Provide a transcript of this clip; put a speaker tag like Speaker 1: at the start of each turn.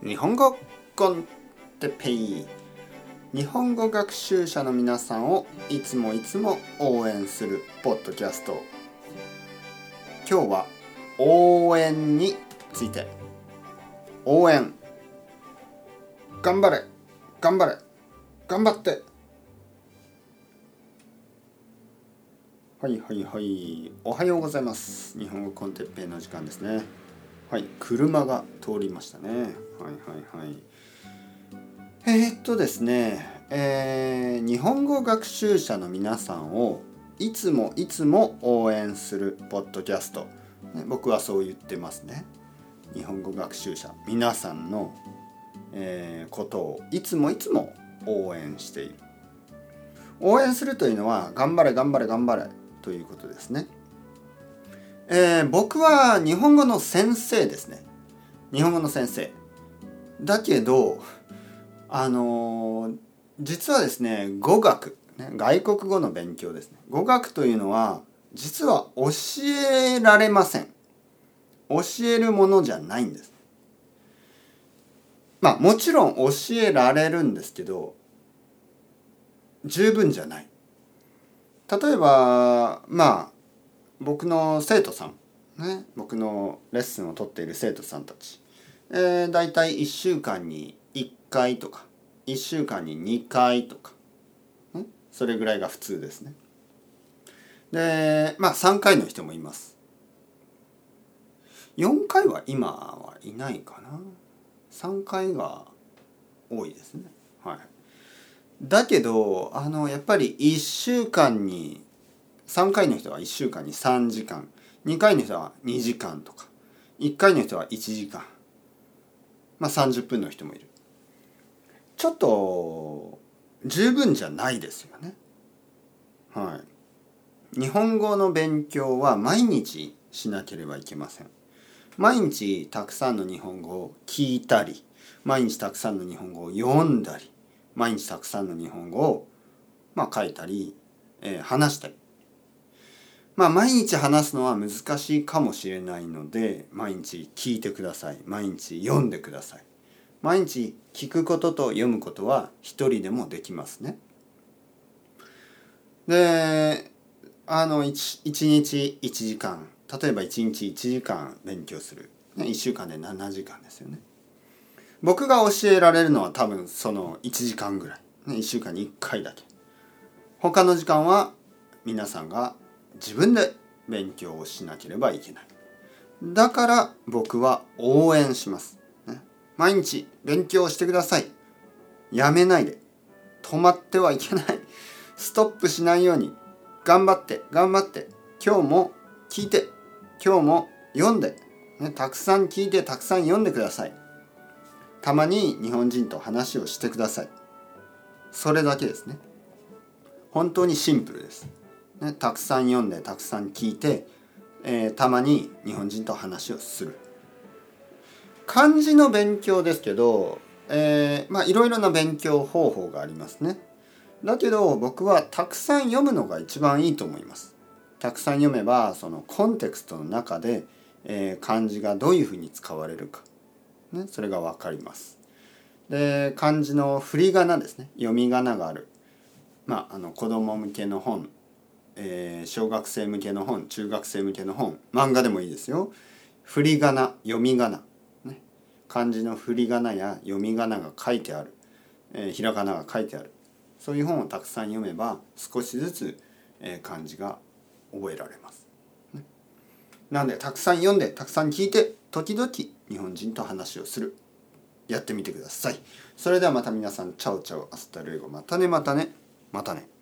Speaker 1: 日本語コンテッペイ。日本語学習者の皆さんをいつも応援するポッドキャスト。今日は応援について。応援、頑張れ頑張れ頑張って。はいおはようございます。日本語コンテッペイの時間ですね。はい、車が通りましたね。ですね、日本語学習者の皆さんをいつも応援するポッドキャスト、ね、僕はそう言ってますね。日本語学習者皆さんの、ことをいつも応援している。応援するというのは頑張れということですね。僕は日本語の先生ですね。日本語の先生だけど実はですね、語学、ね、外国語の勉強ですね。語学というのは実は教えられません。教えるものじゃないんです。もちろん教えられるんですけど十分じゃない。例えば僕の生徒さん、ね、僕のレッスンを取っている生徒さんたち、だいたい1週間に1回とか1週間に2回とか、ね、それぐらいが普通ですね。で、3回の人もいます。4回は今はいないかな。3回が多いですね。はい。だけどやっぱり1週間に3回の人は1週間に3時間、2回の人は2時間とか、1回の人は1時間、30分の人もいる。ちょっと十分じゃないですよね。はい。日本語の勉強は毎日しなければいけません。毎日たくさんの日本語を聞いたり、毎日たくさんの日本語を読んだり、毎日たくさんの日本語を書いたり、話したり。毎日話すのは難しいかもしれないので、毎日聞いてください。毎日読んでください。毎日聞くことと読むことは一人でもできますね。で、1日1時間、例えば1日1時間勉強する。1週間で7時間ですよね。僕が教えられるのは多分その1時間ぐらい。1週間に1回だけ。他の時間は皆さんが自分で勉強をしなければいけない。だから僕は応援します。毎日勉強してください。やめないで。止まってはいけない。ストップしないように頑張って。今日も聞いて、今日も読んで、たくさん聞いてたくさん読んでください。たまに日本人と話をしてください。それだけですね。本当にシンプルです。たくさん読んでたくさん聞いて、たまに日本人と話をする。漢字の勉強ですけど、いろいろな勉強方法がありますね。だけど僕はたくさん読むのが一番いいと思います。たくさん読めばそのコンテクストの中で、漢字がどういうふうに使われるか、それが分かります。で、漢字の振り仮名ですね。読み仮名がある。子供向けの本、小学生向けの本、中学生向けの本、漫画でもいいですよ。振り仮名、読み仮名、漢字の振り仮名や読み仮名が書いてある、ひらがなが書いてある、そういう本をたくさん読めば少しずつ、漢字が覚えられます。なのでたくさん読んでたくさん聞いて、時々日本人と話をする。やってみてください。それではまた皆さん、チャオチャオ、アスタルエゴ、またね。